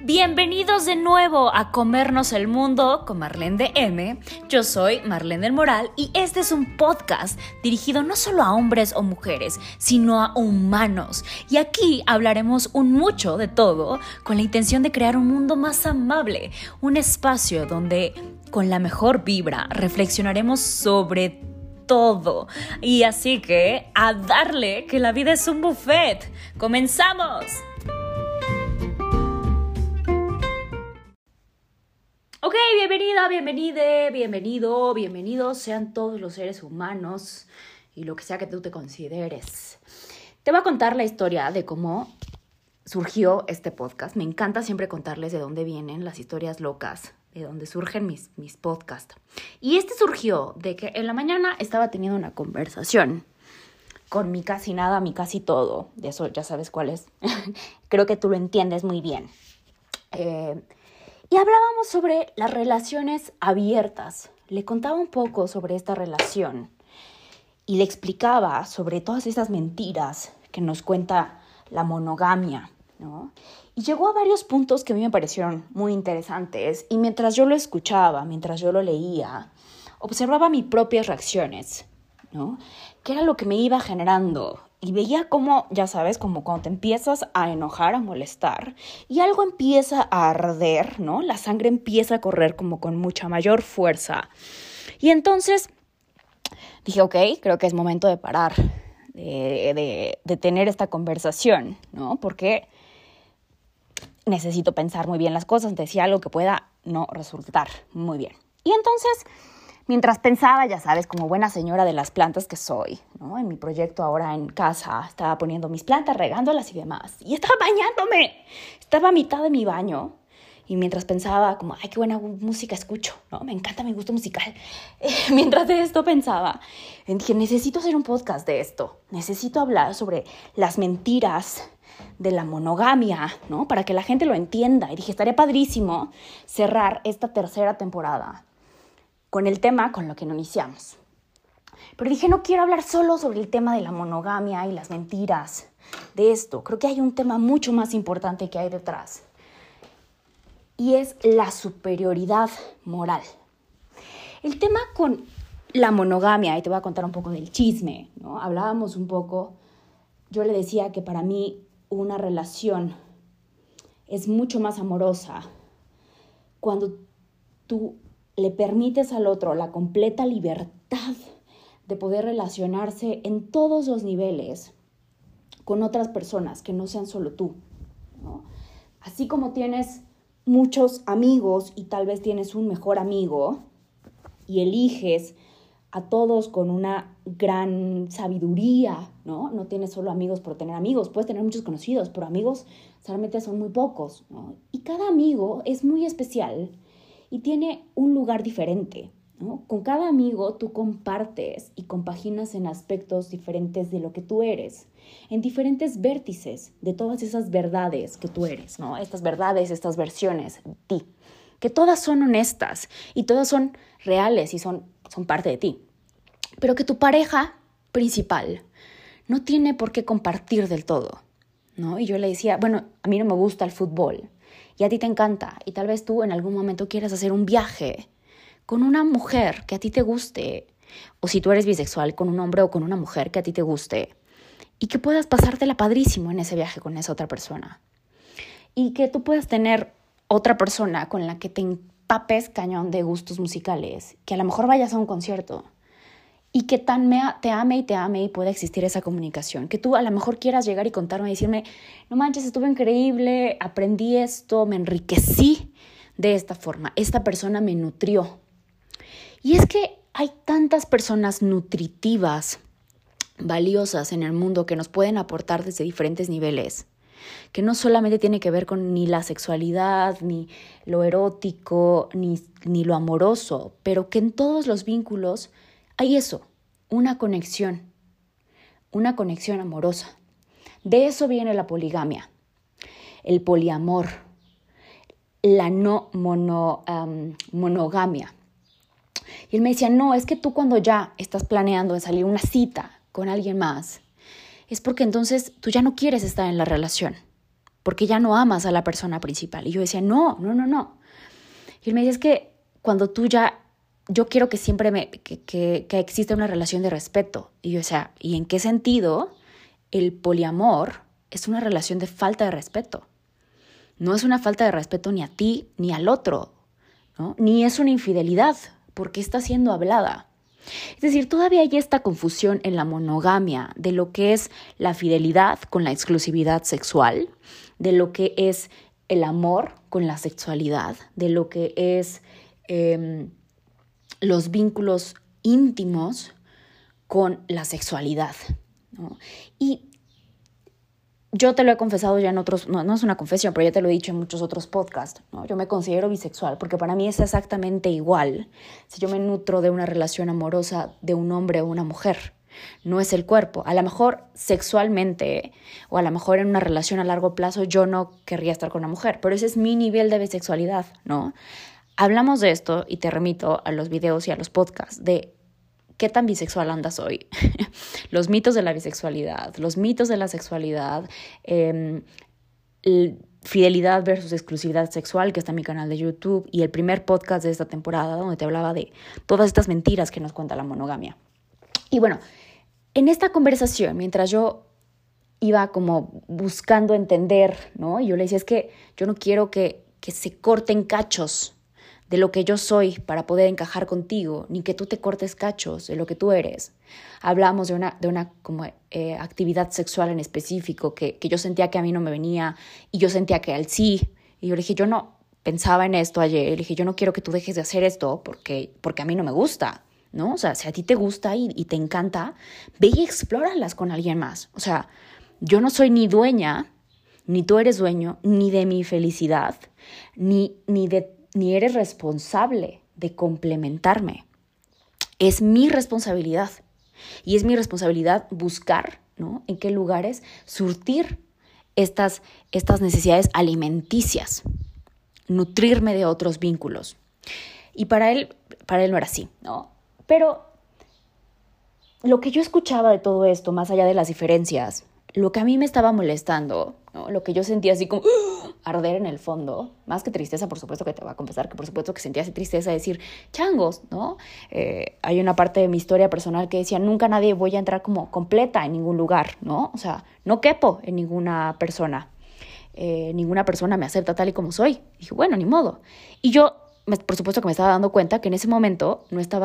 Bienvenidos de nuevo a Comernos el Mundo con Marlene de M. Yo soy Marlene del Moral y este es un podcast dirigido no solo a hombres o mujeres, sino a humanos. Y aquí hablaremos un mucho de todo con la intención de crear un mundo más amable, un espacio donde con la mejor vibra reflexionaremos sobre todo. Y así que a darle, que la vida es un buffet. ¡Comenzamos! Ok, bienvenidos sean todos los seres humanos y lo que sea que tú te consideres. Te voy a contar la historia de cómo surgió este podcast. Me encanta siempre contarles de dónde vienen las historias locas, de dónde surgen mis podcasts. Y este surgió de que en la mañana estaba teniendo una conversación con mi casi nada, mi casi todo. De eso ya sabes cuál es. Creo que tú lo entiendes muy bien. Y hablábamos sobre las relaciones abiertas. Le contaba un poco sobre esta relación y le explicaba sobre todas esas mentiras que nos cuenta la monogamia, ¿no? Y llegó a varios puntos que a mí me parecieron muy interesantes y mientras yo lo escuchaba, mientras yo lo leía, observaba mis propias reacciones, ¿no? ¿Qué era lo que me iba generando? Y veía cómo, ya sabes, como cuando te empiezas a enojar, a molestar, y algo empieza a arder, ¿no? La sangre empieza a correr como con mucha mayor fuerza. Y entonces dije, ok, creo que es momento de parar, de tener esta conversación, ¿no? Porque necesito pensar muy bien las cosas, decir algo que pueda no resultar muy bien. Y entonces, mientras pensaba, ya sabes, como buena señora de las plantas que soy, ¿no? En mi proyecto ahora en casa, estaba poniendo mis plantas, regándolas y demás. Y estaba bañándome. Estaba a mitad de mi baño. Y mientras pensaba, como, ay, qué buena música escucho, ¿no? Me encanta mi gusto musical. Mientras de esto pensaba, dije, necesito hacer un podcast de esto. Necesito hablar sobre las mentiras de la monogamia, ¿no? Para que la gente lo entienda. Y dije, estaría padrísimo cerrar esta tercera temporada con el tema con lo que no iniciamos. Pero dije, no quiero hablar solo sobre el tema de la monogamia y las mentiras de esto. Creo que hay un tema mucho más importante que hay detrás. Y es la superioridad moral. El tema con la monogamia, y te voy a contar un poco del chisme, ¿no? Hablábamos un poco, yo le decía que para mí una relación es mucho más amorosa cuando tú le permites al otro la completa libertad de poder relacionarse en todos los niveles con otras personas que no sean solo tú, ¿no? Así como tienes muchos amigos y tal vez tienes un mejor amigo y eliges a todos con una gran sabiduría, ¿no? No tienes solo amigos por tener amigos, puedes tener muchos conocidos, pero amigos solamente son muy pocos, ¿no? Y cada amigo es muy especial y tiene un lugar diferente, ¿no? Con cada amigo tú compartes y compaginas en aspectos diferentes de lo que tú eres, en diferentes vértices de todas esas verdades que tú eres, ¿no? Estas verdades, estas versiones de ti, que todas son honestas y todas son reales y son parte de ti. Pero que tu pareja principal no tiene por qué compartir del todo, ¿no? Y yo le decía, bueno, a mí no me gusta el fútbol y a ti te encanta y tal vez tú en algún momento quieras hacer un viaje con una mujer que a ti te guste, o si tú eres bisexual, con un hombre o con una mujer que a ti te guste, y que puedas pasártela padrísimo en ese viaje con esa otra persona. Y que tú puedas tener otra persona con la que te empapes cañón de gustos musicales, que a lo mejor vayas a un concierto, y que te ame y pueda existir esa comunicación. Que tú a lo mejor quieras llegar y contarme y decirme, no manches, estuvo increíble, aprendí esto, me enriquecí de esta forma, esta persona me nutrió. Y es que hay tantas personas nutritivas, valiosas en el mundo que nos pueden aportar desde diferentes niveles, que no solamente tiene que ver con ni la sexualidad, ni lo erótico, ni lo amoroso, pero que en todos los vínculos hay eso, una conexión amorosa. De eso viene la poligamia, el poliamor, la no monogamia. Y él me decía, no, es que tú cuando ya estás planeando de salir a una cita con alguien más, es porque entonces tú ya no quieres estar en la relación, porque ya no amas a la persona principal. Y yo decía, no. Y él me dice, es que cuando tú ya, yo quiero que siempre que exista una relación de respeto. Y yo decía, ¿y en qué sentido el poliamor es una relación de falta de respeto? No es una falta de respeto ni a ti ni al otro, ¿no? Ni es una infidelidad, porque está siendo hablada. Es decir, todavía hay esta confusión en la monogamia de lo que es la fidelidad con la exclusividad sexual, de lo que es el amor con la sexualidad, de lo que es los vínculos íntimos con la sexualidad, ¿no? Y yo te lo he confesado ya en otros, no es una confesión, pero ya te lo he dicho en muchos otros podcasts, ¿no? Yo me considero bisexual porque para mí es exactamente igual si yo me nutro de una relación amorosa de un hombre o una mujer. No es el cuerpo. A lo mejor sexualmente o a lo mejor en una relación a largo plazo yo no querría estar con una mujer, pero ese es mi nivel de bisexualidad, ¿no? Hablamos de esto y te remito a los videos y a los podcasts de ¿qué tan bisexual andas hoy? Los mitos de la bisexualidad, los mitos de la sexualidad, fidelidad versus exclusividad sexual, que está en mi canal de YouTube, y el primer podcast de esta temporada donde te hablaba de todas estas mentiras que nos cuenta la monogamia. Y bueno, en esta conversación, mientras yo iba como buscando entender, ¿no? Y yo le decía, es que yo no quiero que se corten cachos de lo que yo soy para poder encajar contigo, ni que tú te cortes cachos de lo que tú eres. Hablamos de una como, actividad sexual en específico que yo sentía que a mí no me venía y yo sentía que a él sí. Y yo le dije, yo no pensaba en esto ayer. Le dije, yo no quiero que tú dejes de hacer esto porque a mí no me gusta, ¿no? O sea, si a ti te gusta y te encanta, ve y explóralas con alguien más. O sea, yo no soy ni dueña, ni tú eres dueño, ni de mi felicidad, ni eres responsable de complementarme. Es mi responsabilidad. Y es mi responsabilidad buscar, ¿no? En qué lugares surtir estas necesidades alimenticias, nutrirme de otros vínculos. Y para él no era así, ¿no? Pero lo que yo escuchaba de todo esto, más allá de las diferencias, lo que a mí me estaba molestando, ¿no? Lo que yo sentía así como arder en el fondo, más que tristeza, por supuesto que te voy a confesar que por supuesto que sentía así tristeza de decir, changos, ¿no? Hay una parte de mi historia personal que decía, nunca nadie voy a entrar como completa en ningún lugar, ¿no? O sea, no quepo en ninguna persona me acepta tal y como soy. Y dije, bueno, ni modo. Y yo, por supuesto que me estaba dando cuenta que en ese momento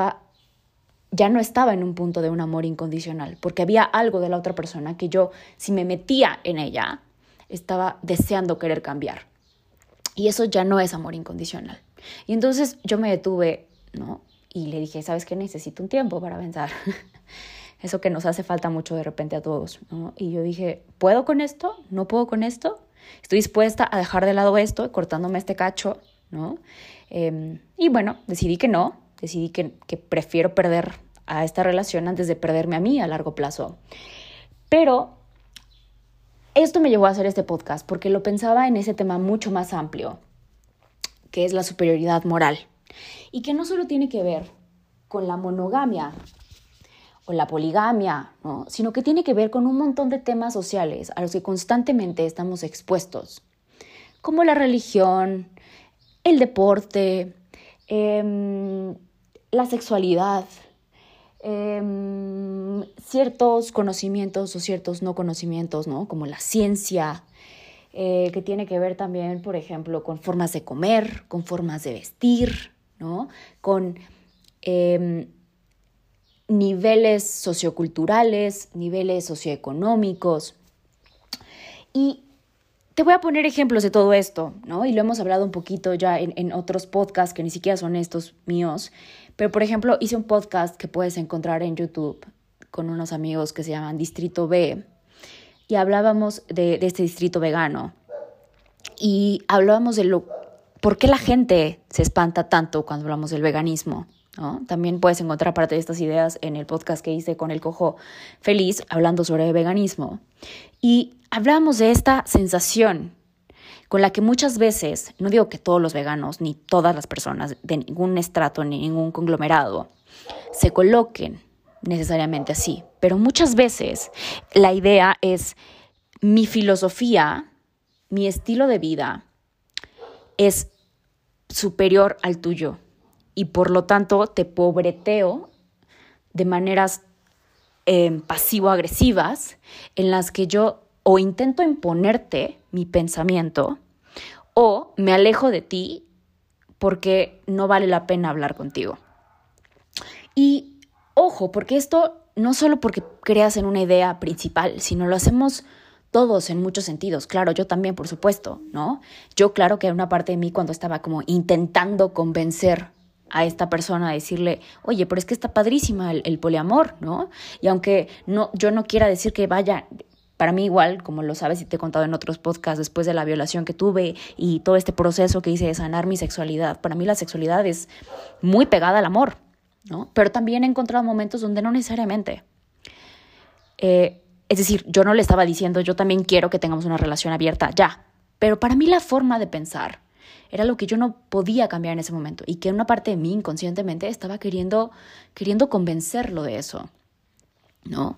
ya no estaba en un punto de un amor incondicional, porque había algo de la otra persona que yo, si me metía en ella, estaba deseando querer cambiar. Y eso ya no es amor incondicional. Y entonces yo me detuve, ¿no? Y le dije, ¿sabes qué? Necesito un tiempo para pensar. Eso que nos hace falta mucho de repente a todos, ¿no? Y yo dije, ¿puedo con esto? ¿No puedo con esto? Estoy dispuesta a dejar de lado esto, cortándome este cacho, ¿no? Y bueno, decidí que no. Decidí que prefiero perder a esta relación antes de perderme a mí a largo plazo. Pero esto me llevó a hacer este podcast porque lo pensaba en ese tema mucho más amplio, que es la superioridad moral. Y que no solo tiene que ver con la monogamia o la poligamia, ¿no? Sino que tiene que ver con un montón de temas sociales a los que constantemente estamos expuestos, como la religión, el deporte, la sexualidad, ciertos conocimientos o ciertos no conocimientos, ¿no? Como la ciencia, que tiene que ver también, por ejemplo, con formas de comer, con formas de vestir, ¿no? Con niveles socioculturales, niveles socioeconómicos. Y te voy a poner ejemplos de todo esto, ¿no? Y lo hemos hablado un poquito ya en otros podcasts que ni siquiera son estos míos. Pero, por ejemplo, hice un podcast que puedes encontrar en YouTube con unos amigos que se llaman Distrito B. Y hablábamos de este distrito vegano. Y hablábamos de por qué la gente se espanta tanto cuando hablamos del veganismo, ¿no? También puedes encontrar parte de estas ideas en el podcast que hice con El Cojo Feliz, hablando sobre veganismo. Y hablábamos de esta sensación con la que muchas veces, no digo que todos los veganos, ni todas las personas de ningún estrato, ni ningún conglomerado, se coloquen necesariamente así, pero muchas veces la idea es mi filosofía mi estilo de vida es superior al tuyo y por lo tanto te pobreteo de maneras pasivo-agresivas en las que yo o intento imponerte mi pensamiento o me alejo de ti porque no vale la pena hablar contigo. Y ojo, porque esto no solo porque creas en una idea principal, sino lo hacemos todos en muchos sentidos. Claro, yo también, por supuesto, ¿no? Yo, claro que una parte de mí cuando estaba como intentando convencer a esta persona a decirle, oye, pero es que está padrísima el poliamor, ¿no? Y aunque yo no quiera decir que vaya, para mí igual, como lo sabes y te he contado en otros podcasts, después de la violación que tuve y todo este proceso que hice de sanar mi sexualidad, para mí la sexualidad es muy pegada al amor, ¿no? Pero también he encontrado momentos donde no necesariamente. Es decir, yo no le estaba diciendo, yo también quiero que tengamos una relación abierta, ya. Pero para mí la forma de pensar era lo que yo no podía cambiar en ese momento y que una parte de mí inconscientemente estaba queriendo convencerlo de eso, ¿no?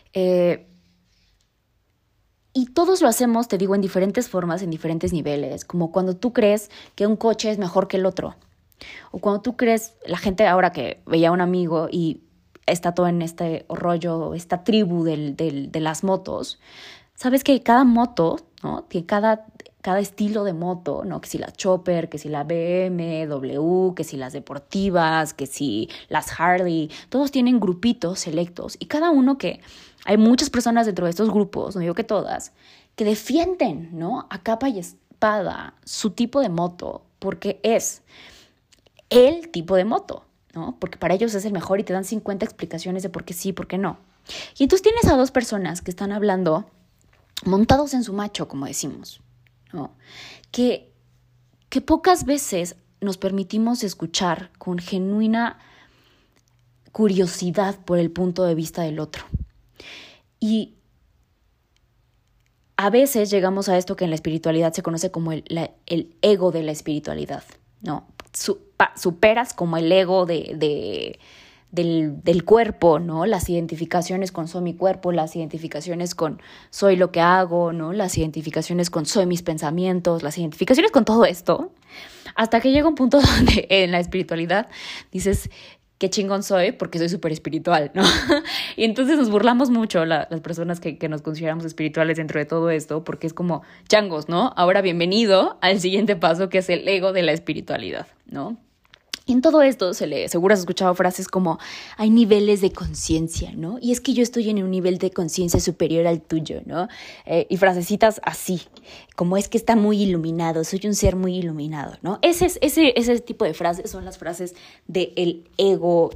Y todos lo hacemos, te digo, en diferentes formas, en diferentes niveles, como cuando tú crees que un coche es mejor que el otro. O cuando tú crees, la gente ahora que veía a un amigo y está todo en este rollo, esta tribu de las motos, sabes que cada moto, ¿no? Que cada estilo de moto, ¿no? Que si la Chopper, que si la BMW, que si las deportivas, que si las Harley, todos tienen grupitos selectos y cada uno que hay muchas personas dentro de estos grupos, no digo que todas, que defienden, ¿no? A capa y espada su tipo de moto porque es el tipo de moto, ¿no? Porque para ellos es el mejor y te dan 50 explicaciones de por qué sí, por qué no. Y entonces tienes a dos personas que están hablando montados en su macho, como decimos, ¿no? Que pocas veces nos permitimos escuchar con genuina curiosidad por el punto de vista del otro. Y a veces llegamos a esto que en la espiritualidad se conoce como el ego de la espiritualidad, ¿no? Superas como el ego del cuerpo, ¿no? Las identificaciones con soy mi cuerpo, las identificaciones con soy lo que hago, ¿no? Las identificaciones con soy mis pensamientos, las identificaciones con todo esto, hasta que llega un punto donde en la espiritualidad dices, qué chingón soy porque soy súper espiritual, ¿no? Y entonces nos burlamos mucho las personas que nos consideramos espirituales dentro de todo esto, porque es como changos, ¿no? Ahora bienvenido al siguiente paso que es el ego de la espiritualidad, ¿no? Y en todo esto seguro has escuchado frases como hay niveles de conciencia, ¿no? Y es que yo estoy en un nivel de conciencia superior al tuyo, ¿no? Y frasecitas así, como es que está muy iluminado, soy un ser muy iluminado, ¿no? Ese tipo de frases son las frases del ego,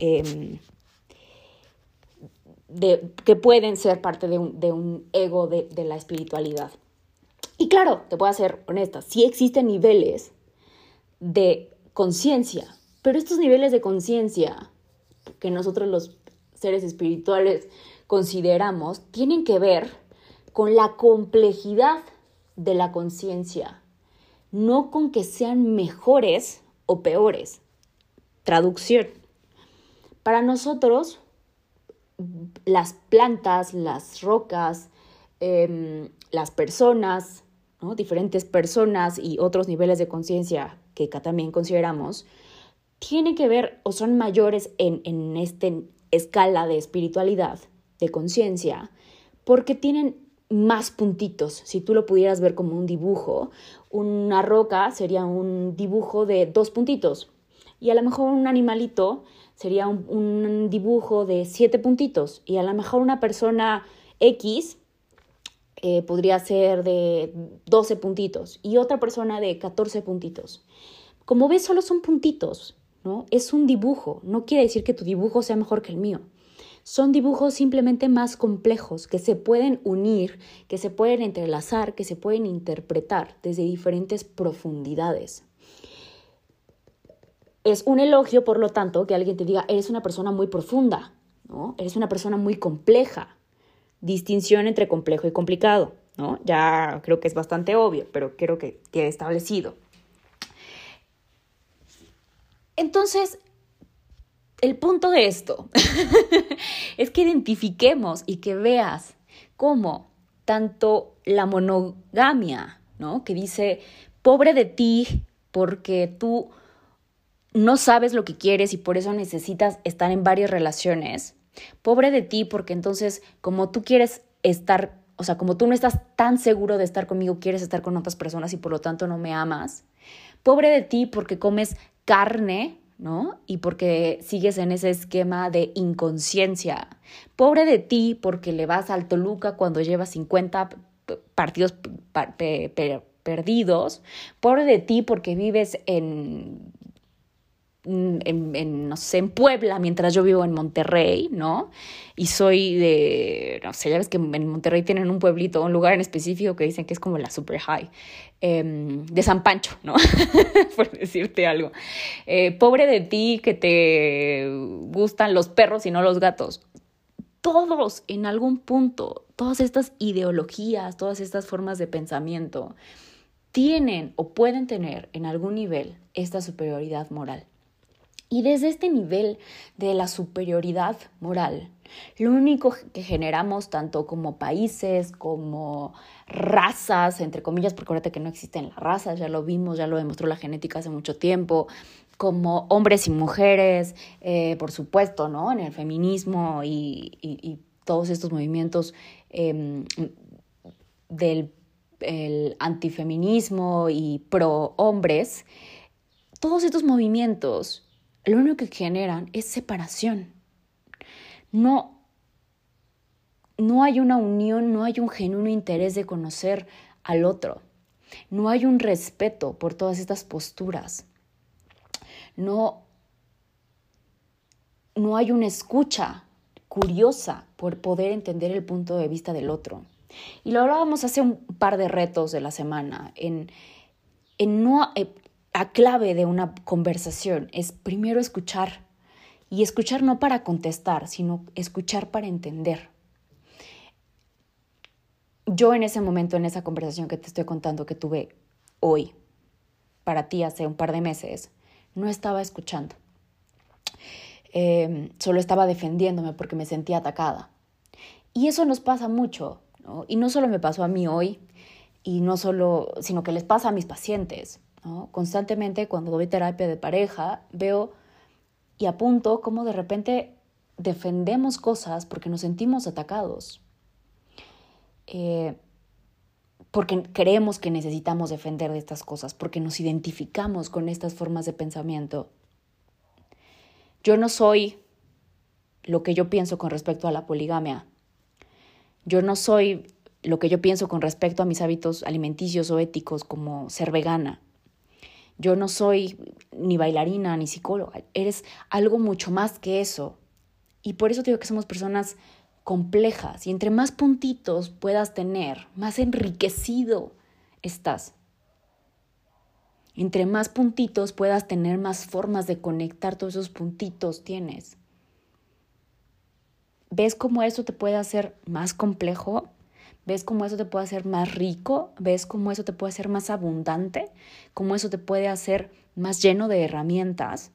que pueden ser parte de un ego de la espiritualidad. Y claro, te voy a ser honesta, sí existen niveles de conciencia, pero estos niveles de conciencia que nosotros los seres espirituales consideramos tienen que ver con la complejidad de la conciencia, no con que sean mejores o peores. Traducción. Para nosotros, las plantas, las rocas, las personas, ¿no? Diferentes personas y otros niveles de conciencia que también consideramos, tienen que ver o son mayores en esta escala de espiritualidad, de conciencia, porque tienen más puntitos. Si tú lo pudieras ver como un dibujo, una roca sería un dibujo de 2 puntitos y a lo mejor un animalito sería un dibujo de 7 puntitos y a lo mejor una persona X podría ser de 12 puntitos y otra persona de 14 puntitos. Como ves, solo son puntitos, ¿no? Es un dibujo, no quiere decir que tu dibujo sea mejor que el mío. Son dibujos simplemente más complejos que se pueden unir, que se pueden entrelazar, que se pueden interpretar desde diferentes profundidades. Es un elogio, por lo tanto, que alguien te diga, eres una persona muy profunda, ¿no? Eres una persona muy compleja. Distinción entre complejo y complicado, ¿no? Ya creo que es bastante obvio, pero quiero que quede establecido. Entonces, el punto de esto es que identifiquemos y que veas cómo tanto la monogamia ¿no? Que dice, pobre de ti porque tú no sabes lo que quieres y por eso necesitas estar en varias relaciones. Pobre de ti porque entonces como tú quieres estar, o sea, como tú no estás tan seguro de estar conmigo, quieres estar con otras personas y por lo tanto no me amas. Pobre de ti porque comes carne, ¿no? Y porque sigues en ese esquema de inconsciencia. Pobre de ti porque le vas al Toluca cuando llevas 50 partidos perdidos. Pobre de ti porque vives no sé, en Puebla, mientras yo vivo en Monterrey, ¿no? Y soy de, no sé, ya ves que en Monterrey tienen un pueblito, un lugar en específico que dicen que es como la super high, de San Pancho, ¿no? Por decirte algo. Pobre de ti que te gustan los perros y no los gatos. Todos, en algún punto, todas estas ideologías, todas estas formas de pensamiento, tienen o pueden tener en algún nivel esta superioridad moral. Y desde este nivel de la superioridad moral, lo único que generamos tanto como países, como razas, entre comillas, porque acuérdate que no existen las razas, ya lo vimos, ya lo demostró la genética hace mucho tiempo, como hombres y mujeres, por supuesto, ¿no? En el feminismo y todos estos movimientos del el antifeminismo y pro hombres, todos estos movimientos lo único que generan es separación. No hay una unión, no hay un genuino interés de conocer al otro. No hay un respeto por todas estas posturas. No hay una escucha curiosa por poder entender el punto de vista del otro. Y lo hablábamos hace un par de retos de la semana. La clave de una conversación es primero escuchar. Y escuchar no para contestar, sino escuchar para entender. Yo en ese momento, en esa conversación que te estoy contando que tuve hoy, para ti hace un par de meses, no estaba escuchando. Solo estaba defendiéndome porque me sentía atacada. Y eso nos pasa mucho, ¿no? Y no solo me pasó a mí hoy, sino que les pasa a mis pacientes, ¿no? Constantemente cuando doy terapia de pareja, veo y apunto cómo de repente defendemos cosas porque nos sentimos atacados. Porque creemos que necesitamos defender de estas cosas, porque nos identificamos con estas formas de pensamiento. Yo no soy lo que yo pienso con respecto a la poligamia. Yo no soy lo que yo pienso con respecto a mis hábitos alimenticios o éticos como ser vegana. Yo no soy ni bailarina ni psicóloga. Eres algo mucho más que eso. Y por eso digo que somos personas complejas. Y entre más puntitos puedas tener, más enriquecido estás. Entre más puntitos puedas tener, más formas de conectar todos esos puntitos tienes. ¿Ves cómo eso te puede hacer más complejo? ¿Ves cómo eso te puede hacer más rico? ¿Ves cómo eso te puede hacer más abundante? ¿Cómo eso te puede hacer más lleno de herramientas?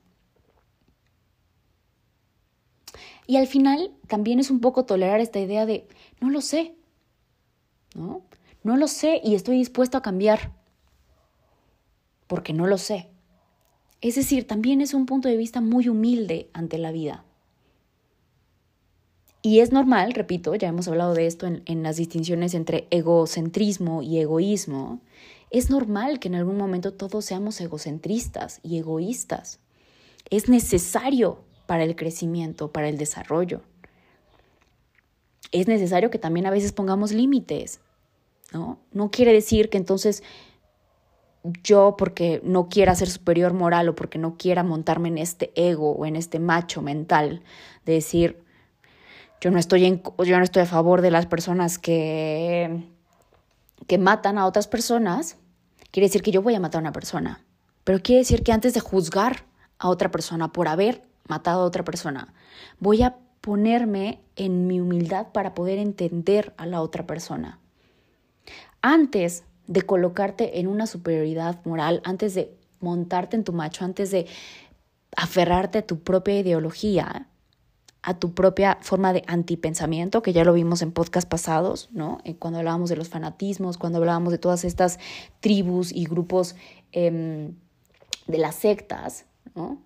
Y al final también es un poco tolerar esta idea de no lo sé, ¿no? No lo sé y estoy dispuesto a cambiar porque no lo sé. Es decir, también es un punto de vista muy humilde ante la vida. Y es normal, repito, ya hemos hablado de esto en las distinciones entre egocentrismo y egoísmo. Es normal que en algún momento todos seamos egocentristas y egoístas. Es necesario para el crecimiento, para el desarrollo. Es necesario que también a veces pongamos límites, ¿no? No quiere decir que entonces yo, porque no quiera ser superior moral o porque no quiera montarme en este ego o en este macho mental de decir, yo no estoy a favor de las personas que matan a otras personas, quiere decir que yo voy a matar a una persona. Pero quiere decir que antes de juzgar a otra persona por haber matado a otra persona, voy a ponerme en mi humildad para poder entender a la otra persona. Antes de colocarte en una superioridad moral, antes de montarte en tu macho, antes de aferrarte a tu propia ideología, a tu propia forma de antipensamiento, que ya lo vimos en podcast pasados, ¿no? Cuando hablábamos de los fanatismos, cuando hablábamos de todas estas tribus y grupos de las sectas, ¿no?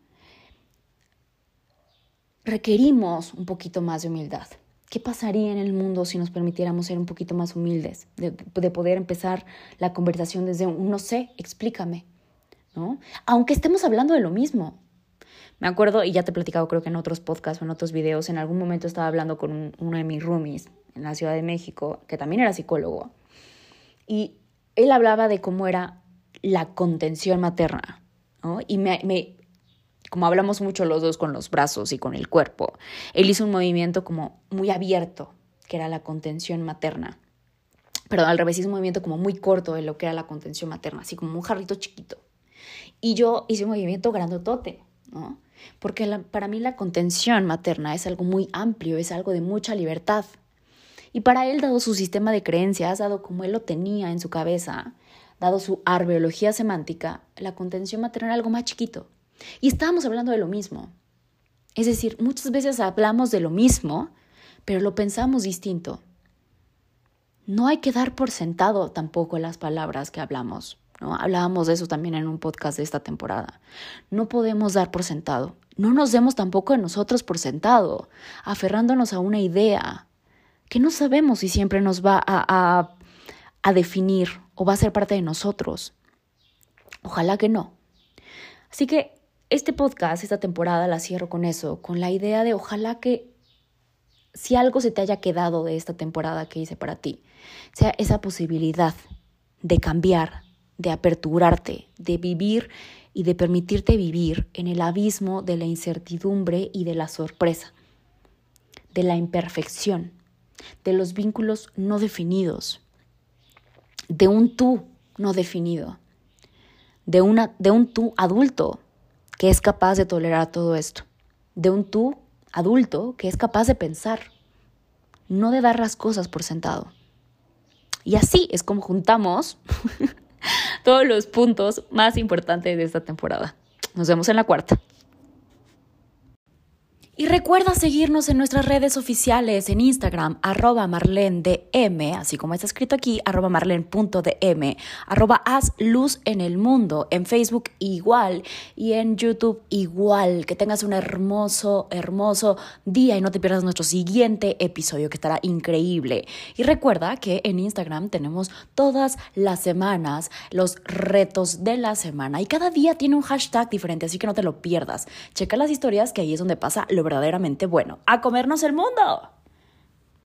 Requerimos un poquito más de humildad. ¿Qué pasaría en el mundo si nos permitiéramos ser un poquito más humildes? De poder empezar la conversación desde un no sé, explícame, ¿no? Aunque estemos hablando de lo mismo. Me acuerdo, y ya te he platicado creo que en otros podcasts o en otros videos, en algún momento estaba hablando con uno de mis roomies en la Ciudad de México, que también era psicólogo, y él hablaba de cómo era la contención materna, ¿no? Y como hablamos mucho los dos con los brazos y con el cuerpo, él hizo un movimiento como muy abierto, que era la contención materna. Perdón, al revés, hizo un movimiento como muy corto de lo que era la contención materna, así como un jarrito chiquito. Y yo hice un movimiento grandotote, ¿no? Porque para mí la contención materna es algo muy amplio, es algo de mucha libertad. Y para él, dado su sistema de creencias, dado como él lo tenía en su cabeza, dado su arqueología semántica, la contención materna era algo más chiquito. Y estábamos hablando de lo mismo. Es decir, muchas veces hablamos de lo mismo, pero lo pensamos distinto. No hay que dar por sentado tampoco las palabras que hablamos, ¿no? Hablábamos de eso también en un podcast de esta temporada. No podemos dar por sentado. No nos demos tampoco a nosotros por sentado, aferrándonos a una idea que no sabemos si siempre nos va a definir o va a ser parte de nosotros. Ojalá que no. Así que este podcast, esta temporada la cierro con eso, con la idea de ojalá que si algo se te haya quedado de esta temporada que hice para ti, sea esa posibilidad de cambiar, de aperturarte, de vivir y de permitirte vivir en el abismo de la incertidumbre y de la sorpresa, de la imperfección, de los vínculos no definidos, de un tú no definido, de un tú adulto que es capaz de tolerar todo esto, de un tú adulto que es capaz de pensar, no de dar las cosas por sentado. Y así es como juntamos todos los puntos más importantes de esta temporada. Nos vemos en la cuarta. Y recuerda seguirnos en nuestras redes oficiales en Instagram, @marlendm, así como está escrito aquí, @marlen.dm, @hazluzenelmundo, en Facebook igual y en YouTube igual. Que tengas un hermoso día y no te pierdas nuestro siguiente episodio que estará increíble. Y recuerda que en Instagram tenemos todas las semanas los retos de la semana y cada día tiene un hashtag diferente, así que no te lo pierdas. Checa las historias que ahí es donde pasa lo verdaderamente bueno. ¡A comernos el mundo!